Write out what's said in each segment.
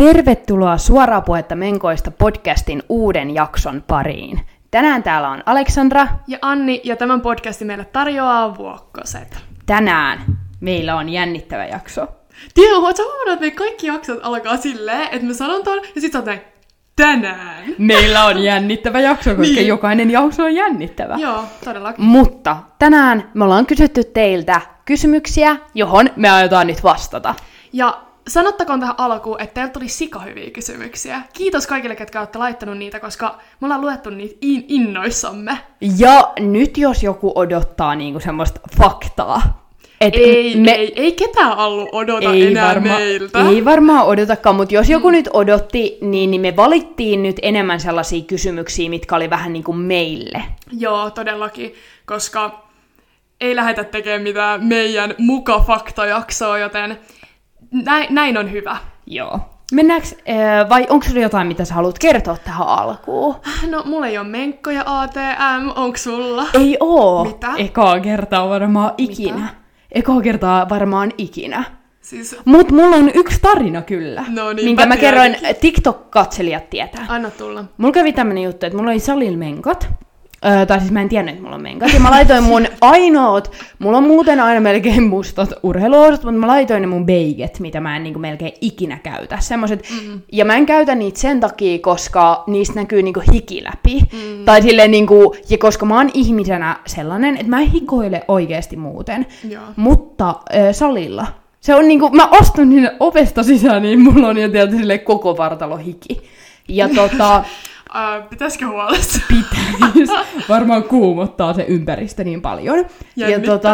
Tervetuloa Suoraa puhetta menkoista podcastin uuden jakson pariin. Tänään täällä on Aleksandra ja Anni, ja tämän podcastin meille tarjoaa Vuokkoset. Tänään meillä on jännittävä jakso. Tiedä, ootko huomannut, että meidän kaikki jaksot alkaa silleen, että me sanon ton, ja sit sä oot näin, tänään. Meillä on jännittävä jakso, koska niin. Jokainen jakso on jännittävä. Joo, todellakin. Mutta tänään me ollaan kysytty teiltä kysymyksiä, johon me aiotaan nyt vastata. Ja sanottakoon tähän alkuun, että teiltä tuli sikahyviä kysymyksiä. Kiitos kaikille, ketkä olette laittanut niitä, koska me ollaan luettu niitä innoissamme. Ja nyt jos joku odottaa niinku semmoista faktaa. Ei ketään ollut odota enää meiltä. Ei varmaan odotakaan, mutta jos joku nyt odotti, niin me valittiin nyt enemmän sellaisia kysymyksiä, mitkä oli vähän niin kuin meille. Joo, todellakin, koska ei lähdetä tekemään mitään meidän muka-fakta-jaksoa, joten näin on hyvä. Joo. Mennäänkö, vai onko sulla jotain, mitä sä haluat kertoa tähän alkuun? No, mulla ei ole menkkoja ATM, onko sulla? Ei oo. Mitä? Ekaa kertaa varmaan ikinä. Mitä? Ekaa kertaa varmaan ikinä. Siis... Mut mulla on yksi tarina kyllä, no niin, minkä mä kerroin, TikTok-katselijat tietää. Anna tulla. Mulla kävi tämmönen juttu, että mulla oli salilla menkat. Tai siis mä en tiennyt, että mulla on menkat. Ja mä laitoin mun ainoat, mulla on muuten aina melkein mustat urheiluhousut, mutta mä laitoin ne mun beiget, mitä mä en niinku melkein ikinä käytä. Semmoset, ja mä en käytä niitä sen takia, koska niistä näkyy niinku hiki läpi. Tai silleen niinku, ja koska mä oon ihmisenä sellainen, että mä en hikoile oikeesti muuten. Joo. Mutta salilla. Se on niinku, mä astun sinne ovesta sisään, niin mulla on jo tietysti silleen koko vartalo hiki. Ja pitäisikö huolesta? Pitäis. Varmaan kuumottaa se ympäristö niin paljon. Ja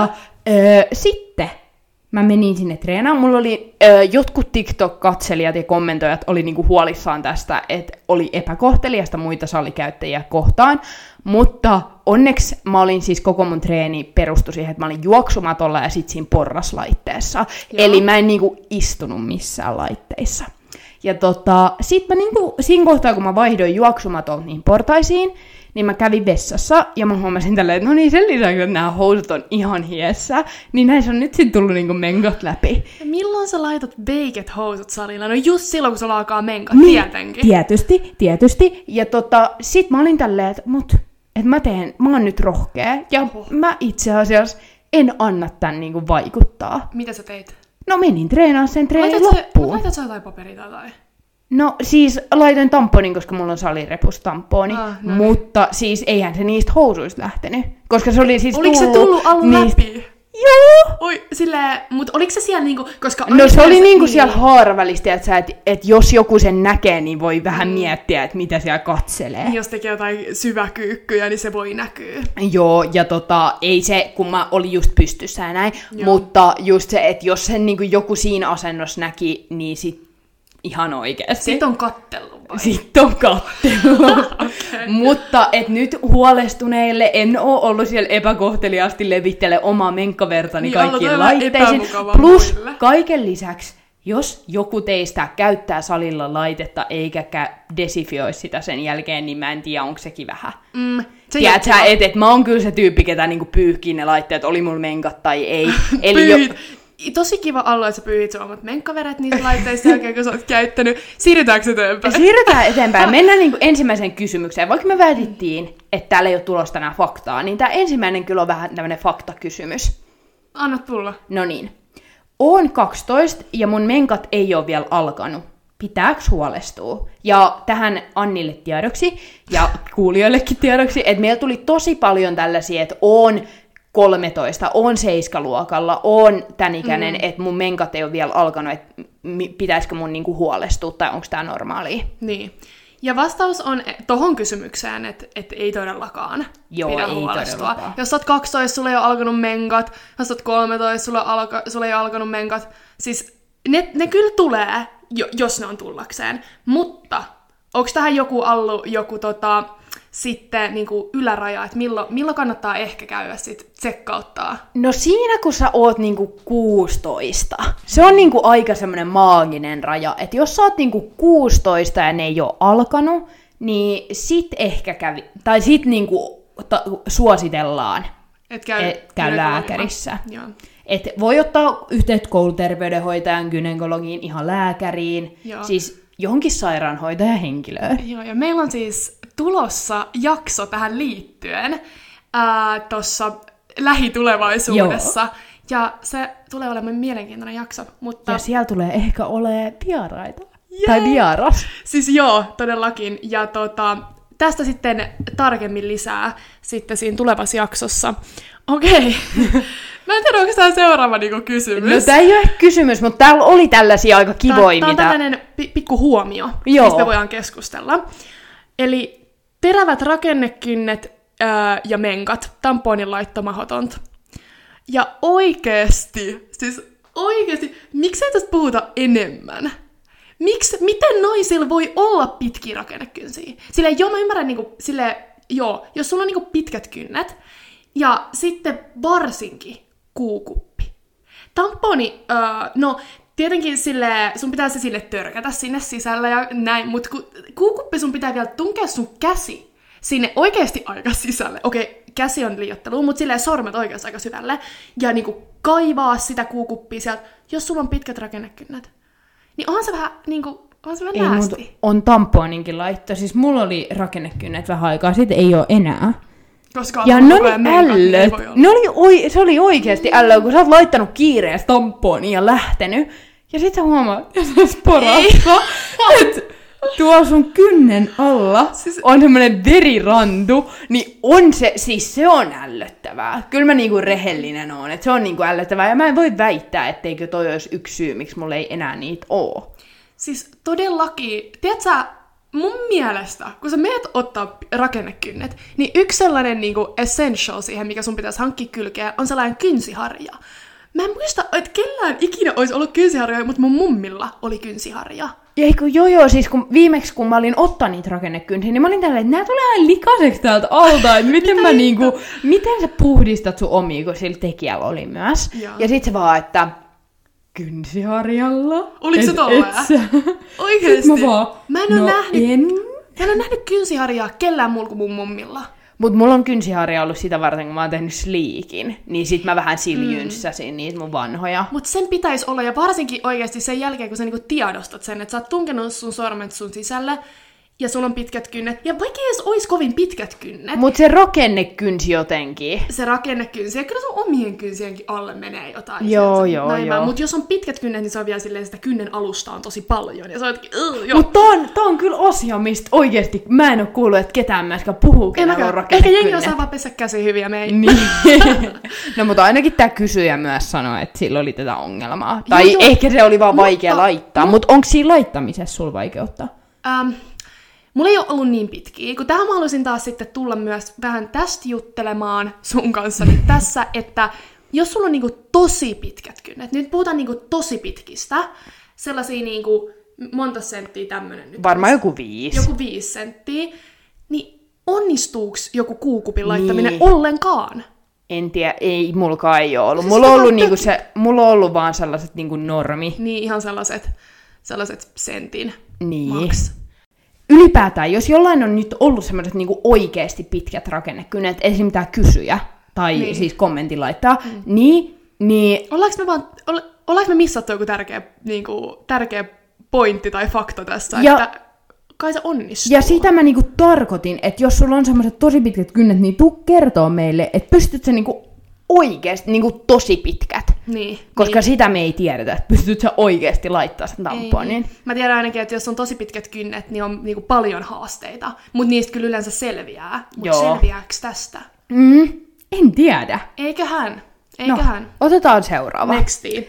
sitten mä menin sinne treenaan. Mulla oli jotkut TikTok-katselijat ja kommentoijat oli niinku huolissaan tästä, että oli epäkohteliasta muita salikäyttäjiä kohtaan. Mutta onneksi mä olin siis koko mun treeni perustui siihen, että mä olin juoksumatolla ja sit siinä porraslaitteessa. Joo. Eli mä en niinku istunut missään laitteissa. Ja sit mä niinku, siinä kohtaa, kun mä vaihdoin juoksumatolta niihin portaisiin, niin mä kävin vessassa, ja mä huomasin tälleen, että no niin, sen lisäksi, että nämä housut on ihan hiessä, niin näissä on nyt sit tullut niinku menkat läpi. Ja milloin sä laitat baked housut salilla? No just silloin, kun sulla alkaa menkat, niin, tietenkin. Tietysti. Ja sit mä olin tälleen, että mä oon nyt rohkea, ja mä itse asiassa en anna tän niinku vaikuttaa. Mitä sä teit? No menin treenaamaan sen treenin loppuun. Laitat sä jotain paperia tai? No siis laitoin tamponin, koska mulla on salirepus tamponi, no mutta siis eihän se niistä housuista lähtenyt, koska se oli siis oliko se tullut alun läpi? Joo! Oi, silleen, mut oliko se siellä niinku, koska... No se oli niinku siellä haaravälistä, että et jos joku sen näkee, niin voi vähän miettiä, että mitä siellä katselee. Jos tekee jotain syväkyykkyjä, niin se voi näkyä. Joo, ja ei se, kun mä olin just pystyssä ja näin, mutta just se, että jos sen niinku joku siinä asennossa näki, niin sit ihan oikeesti. Sitten on kattellut vai? Sitten on kattellut. Okay. Mutta nyt huolestuneille en oo ollut siellä epäkohteliaasti levittele omaa menkkavertani niin, kaikkiin laitteisiin. Plus kaiken lisäksi, jos joku teistä käyttää salilla laitetta eikä desifioi sitä sen jälkeen, niin mä en tiedä, onko sekin vähän. Tiedätkö, että mä oon kyllä se tyyppi, ketä niinku pyyhkii ne laitteet, oli mulla menkat tai ei. Eli tosi kiva alue, että sä pyyhit sun omat menkkaveret niistä laitteista jälkeen, kun sä oot käyttänyt. Siirrytäänkö eteenpäin? Siirrytään eteenpäin. Mennään niinku ensimmäiseen kysymykseen. Vaikka me väitettiin, että täällä ei ole tulossa tänään faktaa, niin tää ensimmäinen kyllä on vähän tämmönen faktakysymys. Anna tulla. No niin. Oon 12 ja mun menkat ei ole vielä alkanut. Pitääkö huolestua? Ja tähän Annille tiedoksi ja kuulijoillekin tiedoksi, että meillä tuli tosi paljon tällaisia, että oon 13, oon 7-luokalla, oon tän ikäinen, että mun menkat ei ole vielä alkanut, että pitäisikö mun niinku huolestua, tai onko tää normaalia? Niin. Ja vastaus on tohon kysymykseen, että ei todellakaan pidä huolestua. Todellakaan. Jos sä oot 12, sulla ei ole alkanut menkat, jos sä oot 13, sulla ei ole alkanut menkat. Siis ne kyllä tulee, jos ne on tullakseen. Mutta onko tähän joku sitten niinku yläraja, että milloin kannattaa ehkä käydä sit tsekkauttaa? No siinä, kun sä oot niinku 16. Se on niinku aika semmoinen maaginen raja. Että jos sä oot niinku 16 ja ne ei oo alkanut, niin sit ehkä tai sit niinku suositellaan, että käy lääkärissä. Et voi ottaa yhteyttä kouluterveydenhoitajan, gynekologiin, ihan lääkäriin. Joo. Siis johonkin sairaanhoitajahenkilöön. Joo, ja meillä on siis tulossa jakso tähän liittyen tuossa lähitulevaisuudessa. Joo. Ja se tulee olemaan mielenkiintoinen jakso. Mutta... Ja siellä tulee ehkä olemaan vieraita. Yeah. Tai vieras. Siis joo, todellakin. Ja tästä sitten tarkemmin lisää sitten siinä tulevassa jaksossa. Okei. Mä en tiedä, onko tämä seuraava niinku kysymys. No tää ei ole kysymys, mutta täällä oli tällaisia aika kivoja, Tää on tällainen pikku huomio, mistä voidaan keskustella. Eli terävät rakennekynnet ja menkat, tamponin laitto mahdotonta. Ja oikeesti, miksei tästä puhuta enemmän? Miten naisilla voi olla pitkiä rakennekynsiä? Silleen, joo, mä ymmärrän, jos sulla on niinku pitkät kynnet, ja sitten varsinkin kuukuppi. Tamponi, tietenkin sun pitää se sille törkätä sinne sisällä ja näin, mutta kuukuppi sun pitää vielä tunkea sun käsi sinne oikeasti aika sisälle. Okei, käsi on liioittelua, mutta silleen sormet oikeasti aika syvälle. Ja niinku kaivaa sitä kuukuppia sieltä, jos sulla on pitkät rakennekynnet. Niin onhan se vähän näästi. On tamponinkin laitto. Siis mulla oli rakennekynnet vähän aikaa, sitten ei ole enää. Koska ja ne oli ällöt. Se oli oikeasti ällöt, kun sä oot laittanut kiireessä tamponia ja lähtenyt. Ja sit sä huomaat, että se sporassa, että tuolla sun kynnen alla on semmonen verirantu, niin se on ällöttävää. Kyllä mä niinku rehellinen oon, että se on niinku ällöttävää. Ja mä en voi väittää, etteikö toi olisi yksi syy, miksi mulla ei enää niitä oo. Siis todellakin, tiedätkö, mun mielestä, kun sä meet ottaa rakennekynnet, niin yksi sellainen niinku essential siihen, mikä sun pitäisi hankkia kylkeä, on sellainen kynsiharja. Mä en muista, että kellään ikinä olisi ollut kynsiharjoja, mutta mun mummilla oli kynsiharja. Ja siis viimeksi kun mä olin ottaa niitä rakennekynsiä, niin mä olin tälleen, että nää tulee aina likaiseksi täältä alta, että miten sä puhdistat sun omia, kun sillä tekijällä oli myös. Joo. Ja sit se vaan, että kynsiharjalla. Oliko se tolleen? Oikeesti? Mä en ole nähnyt kynsiharjaa kellään muulla kuin mun mummilla. Mut mulla on kynsiharja ollut sitä varten, kun mä oon tehnyt sleekin, niin sit mä vähän siljynssäsin niitä mun vanhoja. Mut sen pitäisi olla, ja varsinkin oikeasti sen jälkeen, kun sä niinku tiedostat sen, että sä oot tunkenut sun sormet sun sisälle, ja sulla on pitkät kynnet, ja vaikka edes ois kovin pitkät kynnet. Mut se rakennekynsi jotenkin. Se rakennekynsi, ja kyllä sun omien kynsienkin alle menee jotain. Joo. Mut jos on pitkät kynnet, niin se on vielä silleen, sitä kynnen alusta on tosi paljon, ja sä ootkin, Mut tää on kyllä asia, mistä oikeesti mä en oo kuullut, että ketään myöskään puhuu, kenellä on rakennekynnet. Ehkä jengi osaa vaan pesä käsiä hyviä meihin. Niin. No mutta ainakin tää kysyjä myös sanoi, että sillä oli tätä ongelmaa. Tai ehkä se oli vaan vaikea laittaa, mutta onko siinä laittamisessa sulla vaikeutta? Mulla ei ole ollut niin pitkiä, kun tähän mä haluaisin taas sitten tulla myös vähän tästä juttelemaan sun kanssa nyt tässä, että jos sulla on niinku tosi pitkät kynnet, nyt puhutaan niinku tosi pitkistä, sellaisia niinku, monta senttiä tämmönen nyt. Varmaan joku 5. Joku 5 senttiä, niin onnistuuks joku kuukupin laittaminen ollenkaan? En tiedä, ei mulkaan ei ole ollut. Mulla on ollut vaan sellaiset niinku normi. Niin, ihan sellaiset sentin niin. Maks. Ylipäätään, jos jollain on nyt ollut semmoiset niinku oikeasti pitkät rakennekynnet, esimerkiksi tää kysyjä, tai siis kommentin laittaa, niin... Ollaanko me missattu joku tärkeä pointti tai fakta tässä, että kai se onnistuu? Ja sitä mä niinku tarkoitin, että jos sulla on semmoiset tosi pitkät kynnet, niin tuu kertoo meille, että pystyt sä niinku oikeesti niinku tosi pitkät. Niin. Koska sitä me ei tiedetä, että pystyt sä oikeesti laittaa sen tamponin. Mä tiedän ainakin, että jos on tosi pitkät kynnet, niin on niinku paljon haasteita. Mutta niistä kyllä yleensä selviää. Mutta selviääks tästä? En tiedä. Eiköhän. No, otetaan seuraava. Nextiin.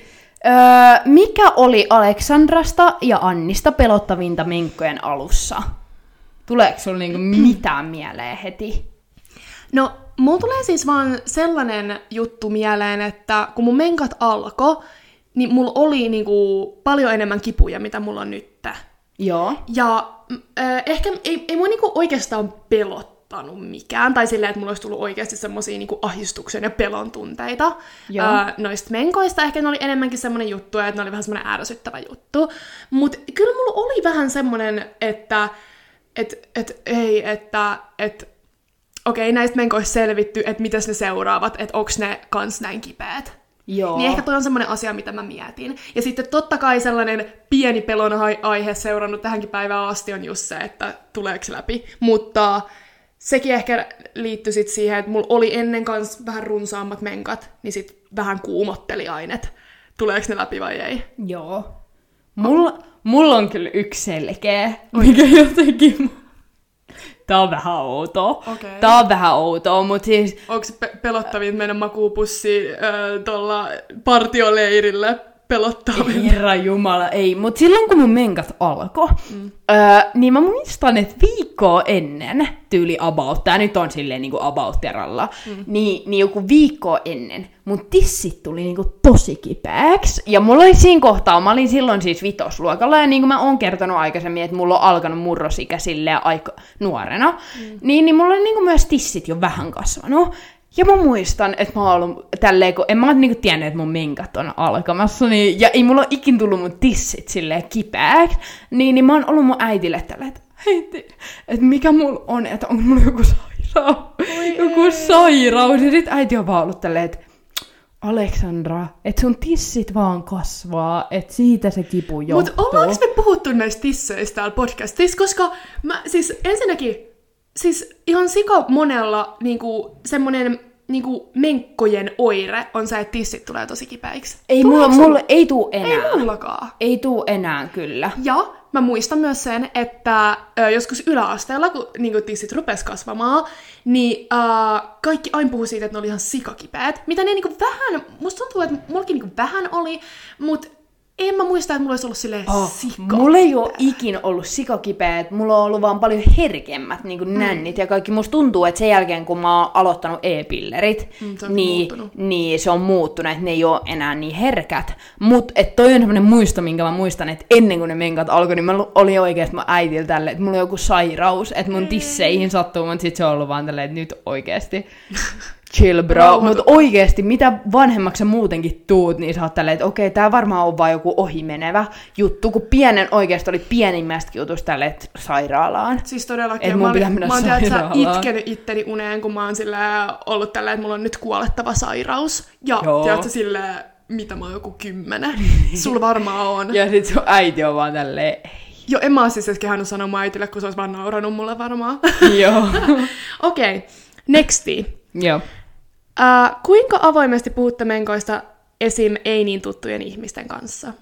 Mikä oli Aleksandrasta ja Annista pelottavinta menkkojen alussa? Tuleeko sulla niinku mitään mieleen heti? No, mulla tulee siis vaan sellainen juttu mieleen, että kun mun menkat alkoi, niin mulla oli niinku paljon enemmän kipuja, mitä mulla on nyt. Joo. Ja ehkä ei mua niinku oikeastaan pelottanut mikään, tai silleen, että mulla olisi tullut oikeasti semmosia niinku ahdistuksen ja pelon tunteita noista menkoista. Ehkä ne oli enemmänkin semmoinen juttu, että ne oli vähän semmoinen ärsyttävä juttu. Mutta kyllä mulla oli vähän semmoinen, että okei, näistä menkoista selvitty, että mitäs ne seuraavat, että onks ne kans näin kipeät. Joo. Niin ehkä toi on semmoinen asia, mitä mä mietin. Ja sitten totta kai sellainen pieni pelon aihe seurannut tähänkin päivään asti on just se, että tuleeko se läpi. Mutta sekin ehkä liittyi sit siihen, että mulla oli ennen kanssa vähän runsaammat menkat, niin sit vähän kuumotteli aina, että tuleeko ne läpi vai ei. Joo. Mulla on kyllä yksi selkeä, mikä jotenkin... Tää on vähän outoa. Okay. Tää on vähän outoa, mutta siis... Onko se pelottavin mennä makuupussi tuolla partioleirillä pelottavin? Herra jumala, ei. Mutta silloin kun mun menkat alkoi, niin mä muistan, että viikkoa ennen, tyyli about, tää nyt on silleen niinku about-teralla, niin joku viikkoa ennen mun tissit tuli niinku tosi kipääksi. Ja mulla oli siinä kohtaa, mä olin silloin siis vitosluokalla, ja niin kuin mä oon kertonut aikaisemmin, että mulla on alkanut murrosikä silleen aika nuorena, niin mulla oli niinku myös tissit jo vähän kasvanut. Ja mä muistan, että mä oon ollut tälleen, kun en mä oon niinku tiennyt, että mun menkat on alkamassa, niin, ja ei mulla ole ikin tullut mun tissit silleen kipääksi, niin mä oon ollut mun äitille tälleen, että hei, että mikä mulla on, että onko mulla joku sairaus, joku sairaus, ja sit äiti on vaan ollut tälleen, että Aleksandra, että sun tissit vaan kasvaa, että siitä se kipu johtuu. Mutta ollaanko me puhuttu näistä tisseistä täällä podcastissa, koska mä siis ensinnäkin, siis ihan sika monella niinku, semmonen niinku, menkkojen oire on se, että tissit tulee tosi kipäiksi. Ei mulla ei tuu enää. Ei mullakaan. Ei tuu enää kyllä. Ja mä muistan myös sen, että joskus yläasteella, kun niinku, tissit rupes kasvamaan, niin kaikki aina puhui siitä, että ne oli ihan sikakipäät. Mitä ne niinku vähän, musta tuntuu, että mullakin niinku vähän oli, mutta en mä muista, että mulla olisi ollut silleen sikakipäät. Mulla ei ole ikin ollut sikakipäät, mulla on ollut vaan paljon herkemmät niin kuin nännit ja kaikki. Musta tuntuu, että sen jälkeen kun mä oon aloittanut e-pillerit, niin se on muuttunut, että ne ei ole enää niin herkät. Mut toi on semmonen muisto, minkä mä muistan, että ennen kuin ne menkat alkoi, niin mä olin oikeesti mä äitillä tälle, että mulla on joku sairaus, että mun tisseihin sattuu, mutta sit se on ollut vaan tälleen, että nyt oikeesti chill bro, mutta oikeesti mitä vanhemmaksi sä muutenkin tuut, niin sä oot tälleen, että okei, tää varmaan on vaan joku ohimenevä juttu, kun pienen oikeesti oli pienimmästäkin jutusta tälleen, että sairaalaan. Siis todellakin, mä oon itkenyt itteni uneen, kun mä oon ollut tälleen, että mulla on nyt kuolettava sairaus. Ja tiedätkö silleen, mitä mä oon joku 10. Sulla varmaan on. Ja sit sun äiti on vaan tälleen, Joo, en mä oo siis kehannut sanoa mun äitille, kun se olisi vaan nauranut mulle varmaan. Joo. Okei, nexti. Joo. Kuinka avoimesti puhutte menkoista esim. Ei niin tuttujen ihmisten kanssa?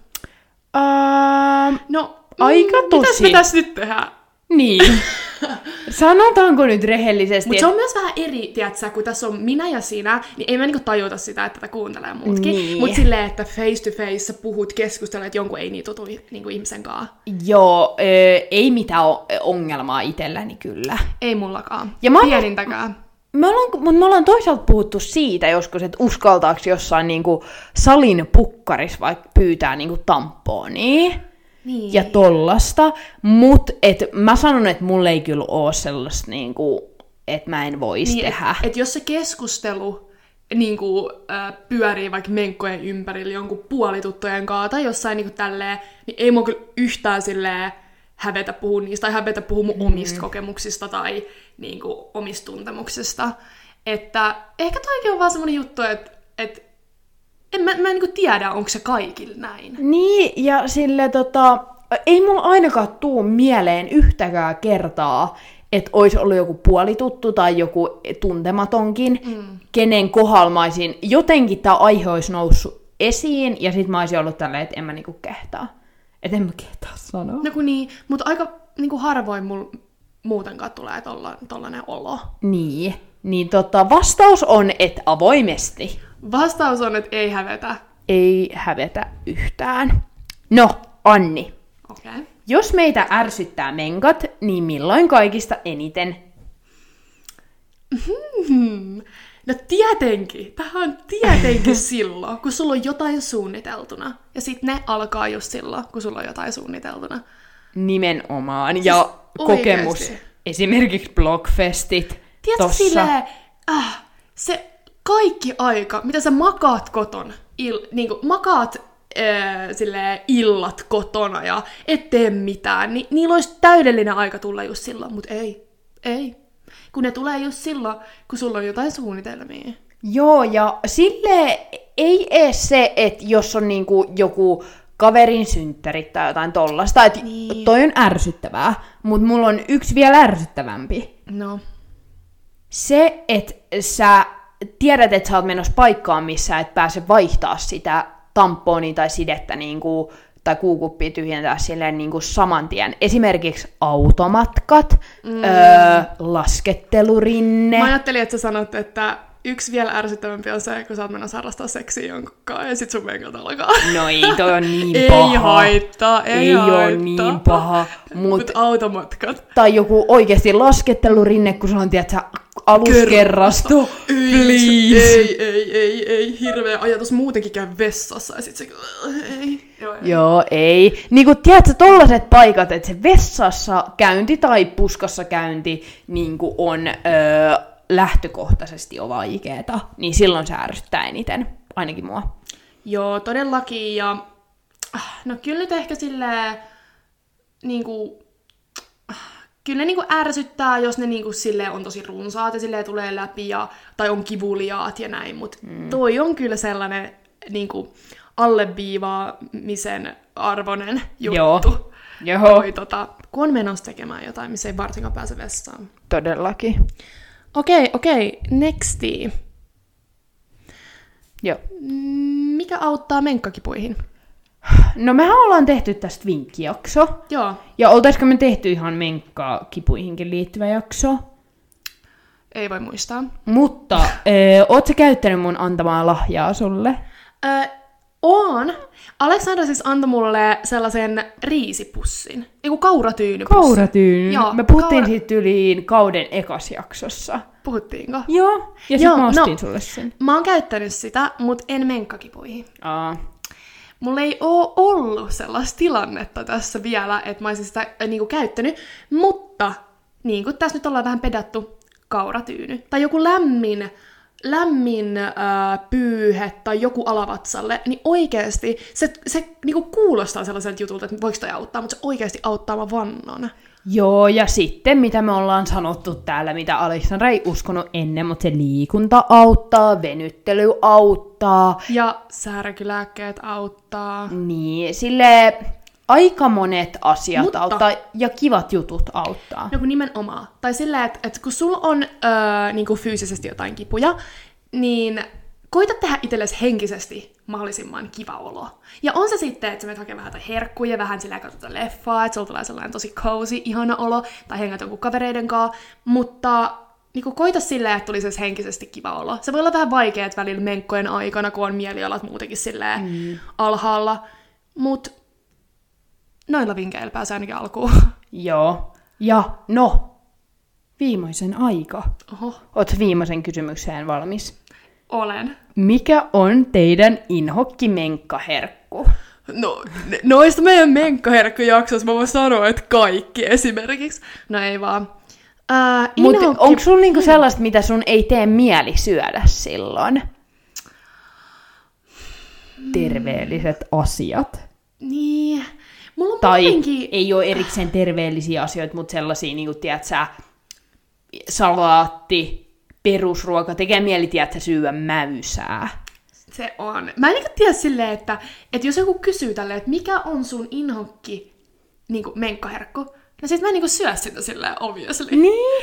No, aika tosi. Mitäs me tässä nyt tehdään? Niin. Sanotaanko nyt rehellisesti? Mutta se on myös vähän eri, tiedätkö, kun tässä on minä ja sinä, niin ei mä niinku tajuta sitä, että tätä kuuntelee muutkin. Niin. Mutta silleen, että face to face sä puhut, keskustelet jonkun ei niin tutun niinku ihmisen kanssa. Joo, ei mitään ongelmaa itselläni kyllä. Ei mullakaan. Ja pienintäkään. Me ollaan toisaalta puhuttu siitä joskus, että uskaltaako jossain niinku salin pukkaris vaikka pyytää niinku tampoonia niin. Ja tollasta, mut mä sanon, että mulla ei kyllä oo sellaista niinku, että mä en vois niin, tehdä. Et jos se keskustelu niinku, pyörii vaikka menkkojen ympärillä jonkun puolituttojen kanssa tai jossain niinku tälleen, niin ei mua kyllä yhtään silleen hävetä puhua niistä tai hävetä puhua mun omista kokemuksista tai niinku, omista tuntemuksista. Että ehkä toikin on vaan semmonen juttu, että mä en niinku tiedä, onko se kaikille näin. Niin, ja sille ei mulla ainakaan tuu mieleen yhtäkään kertaa, että olisi ollut joku puolituttu tai joku tuntematonkin, kenen kohdalla mä olisin, jotenkin tää aihe olisi noussut esiin, ja sit mä olisin ollut tälleen, että en mä niinku kehtaa. Et en mä kehtaa sanoa. No kun niin, mutta aika niinku harvoin mulla muutenkaan tulee tollanen olo. Niin vastaus on, että avoimesti. Vastaus on, että ei hävetä. Ei hävetä yhtään. No, Anni. Okay. Jos meitä ärsyttää menkat, niin milloin kaikista eniten? No tietenkin. Tähän on tietenkin silloin, kun sulla on jotain suunniteltuna. Ja sit ne alkaa just silloin, kun sulla on jotain suunniteltuna. Nimenomaan. Siis ja kokemus. oikeasti. Esimerkiksi blogfestit. Tiedätkö silleen, se kaikki aika, mitä sä makaat koton, niinku makaat silleen illat kotona ja et tee mitään, niin niillä olisi täydellinen aika tulla just silloin, mutta ei. Kun ne tulee just silloin, kun sulla on jotain suunnitelmia. Joo, ja sille ei ees se, että jos on niinku joku kaverin synttärit tai jotain tollasta, että niin. Toi on ärsyttävää, mutta mulla on yksi vielä ärsyttävämpi. No. Se, että sä tiedät, että sä oot menossa paikkaan, missä et pääse vaihtaa sitä tamponia tai sidettä niinku, tai kuukuppia tyhjentää silleen niinku saman tien. Esimerkiksi automatkat, laskettelurinne. Mä ajattelin, että sä sanot, että yksi vielä ärsyttävämpi on se, kun sä oot mennä harrastaa seksiä jonkunkaan ja sit sun venkat alkaa. No ei, toi on niin paha. Ei haittaa. Ole niin paha. Mut automatkat. Tai joku oikeesti laskettelurinne, kun sulla on, tiedätkö, aluskerrasto. Ei. Hirveä ajatus muutenkin käy vessassa ja sit se... Ei. Joo, ei. Niinku, tiedätkö, tollaset paikat, että se vessassa käynti tai puskassa käynti niinku on... lähtökohtaisesti on vaikeeta, niin silloin se ärsyttää eniten, ainakin mua. Joo, todellakin, ja no kyllä nyt ehkä silleen, niinku, kyllä ne niinku ärsyttää, jos ne niinku silleen on tosi runsaat ja silleen tulee läpi, tai on kivuliaat ja näin, mutta toi on kyllä sellainen niinku alleviivaamisen arvoinen juttu. Joo. Toi, kun on menossa tekemään jotain, missä ei varsinkaan pääse vessaan. Todellakin. Okei, nexti. Joo. Mikä auttaa menkkakipuihin? No mehän ollaan tehty tästä vinkkijakso. Joo. Ja oltaisko me tehty ihan menkkakipuihinkin liittyvä jakso? Ei voi muistaa. Mutta, oot sä käyttänyt mun antamaa lahjaa sulle? On. Aleksandra siis antoi mulle sellaisen riisipussin. Eiku kauratyynypussin. Kauratyyny. Joo, me puhuttiin siitä yliin kauden ekas jaksossa. Puhuttiinko? Joo. Ja sit mä ostin sulle sen. Mä oon käyttänyt sitä, mut en menkkakipuihin. Mulla ei oo ollut sellaista tilannetta tässä vielä, että mä olisin sitä niinku käyttänyt. Mutta, niin kuin tässä nyt ollaan vähän pedattu, kauratyyny. Tai joku lämmin pyyhe tai joku alavatsalle, niin oikeesti se niinku kuulostaa sellaiselta jutulta, että voiko toi auttaa, mutta se oikeesti auttaa mä vannon. Joo, ja sitten mitä me ollaan sanottu täällä, mitä Aleksandra ei uskonut ennen, mutta se liikunta auttaa, venyttely auttaa. Ja särkylääkkeet auttaa. Niin, silleen aika monet asiat auttaa ja kivat jutut auttaa. No kun nimenomaan. Tai silleen, että kun sulla on niinku fyysisesti jotain kipuja, niin koita tehdä itsellesi henkisesti mahdollisimman kiva olo. Ja on se sitten, että sä menet hakemaan vähän herkkuja, vähän silleen katsotaan leffaa, että sulla tulee sellainen tosi cozy, ihana olo, tai hengät jonkun kavereiden kanssa, mutta niinku koita silleen, että tulisi henkisesti kiva olo. Se voi olla vähän vaikeaa välillä menkkojen aikana, kun on mielialat muutenkin silleen alhaalla, mut noilla vinkkeillä pääsee ainakin alkuun. Joo. Ja no, viimeisen aika. Oho. Oot viimeisen kysymykseen valmis? Olen. Mikä on teidän inhokkimenkkaherkku? No, noista meidän menkkaherkkujaksoissa mä voin sanoa, että kaikki esimerkiksi. No ei vaan. Mutta onko sulla niinku sellaista, mitä sun ei tee mieli syödä silloin? Terveelliset asiat. Niin. Mulla on tai muutenkin... ei ole erikseen terveellisiä asioita, mutta sellaisia, niin kuin, tiedätkö, salaatti, perusruoka, tekee mieli, tiedätkö, syödä mäysää. Se on. Mä en tiedä silleen, että jos joku kysyy tälleen, että mikä on sun inhokki niin kuin menkkaherkku, no sit mä en niin kuin syö sitä silleen obviously. Niin.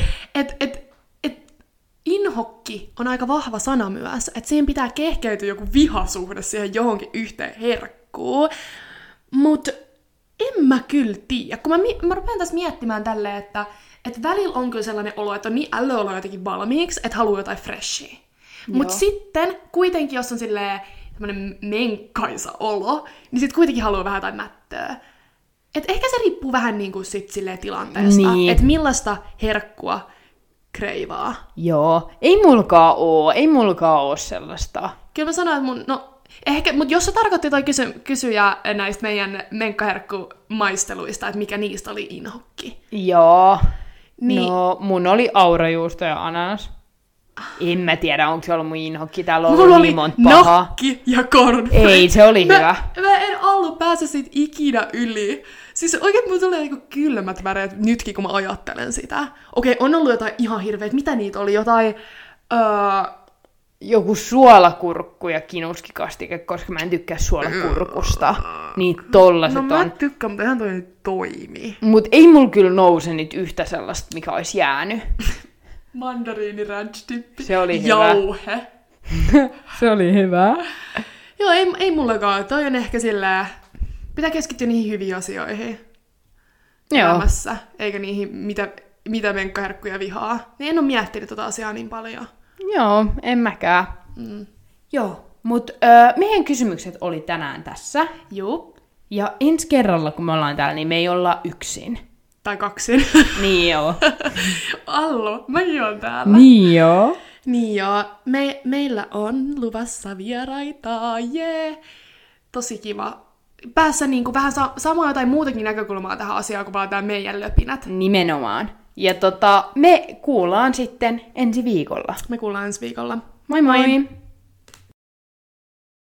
Inhokki on aika vahva sana myös, että siihen pitää kehkeytyä joku vihasuhde siihen johonkin yhteen herkkuun. Mut en mä kyllä tiedä. Kun mä rupean tässä miettimään tälleen, että välillä on kyllä sellainen olo, että on niin ällöolo jotenkin valmiiksi, että haluaa jotain freshia. Mut sitten kuitenkin, jos on silleen tämmönen menkkaisa olo, niin sit kuitenkin haluaa vähän jotain mättöä. Et ehkä se riippuu vähän niinku sit silleen tilanteesta, niin. Että millaista herkkua kreivaa. Joo, ei mulkaa oo sellaista. Kyllä mä sanoin, että ehkä, mutta jos se tarkoitti toi kysyjä näistä meidän menkkaherkkumaisteluista, että mikä niistä oli inhokki. Joo. Niin. No, mun oli aurajuusto ja ananas. En mä tiedä, onko se ollut mun inhokki. Täällä on ollut niin monta pahaa. Nakki ja cornflakes. Ei, se oli hyvä. Mä en ollut pääse siitä ikinä yli. Siis oikein mun tulee niinku kylmät väreet nytkin, kun mä ajattelen sitä. Okei, on ollut jotain ihan hirveet. Mitä niitä oli? Jotain... joku suolakurkku ja kinuskikastike, koska mä en tykkää suolakurkusta. Niin tollaset on. No mä tykkään, mutta eihän toi nyt toimi. Mut ei mulla kyllä nouse nyt yhtä sellaista, mikä olisi jäänyt. Mandariini ranch dippi. Se oli hyvä. Jauhe. Se oli hyvä. Joo, ei mullakaan. Toi on ehkä sillä... Pitää keskittyä niihin hyviin asioihin. Joo. Elämässä, eikä niihin, mitä menkkaherkkuja vihaa. Niin en ole miettinyt tota asiaa niin paljon. Joo, en mäkään. Joo, mutta meidän kysymykset oli tänään tässä. Joo. Ja ensi kerralla, kun me ollaan täällä, niin me ei olla yksin. Tai kaksin. Niin joo. Allo, mäkin oon täällä. Niin joo. Niin joo. Meillä on luvassa vieraita, jee. Tosi kiva. Päässä niinku vähän samaa tai muutakin näkökulmaa tähän asiaan, kun palataan meidän löpinät. Nimenomaan. Ja me kuullaan sitten ensi viikolla. Me kuullaan ensi viikolla. Moi moi!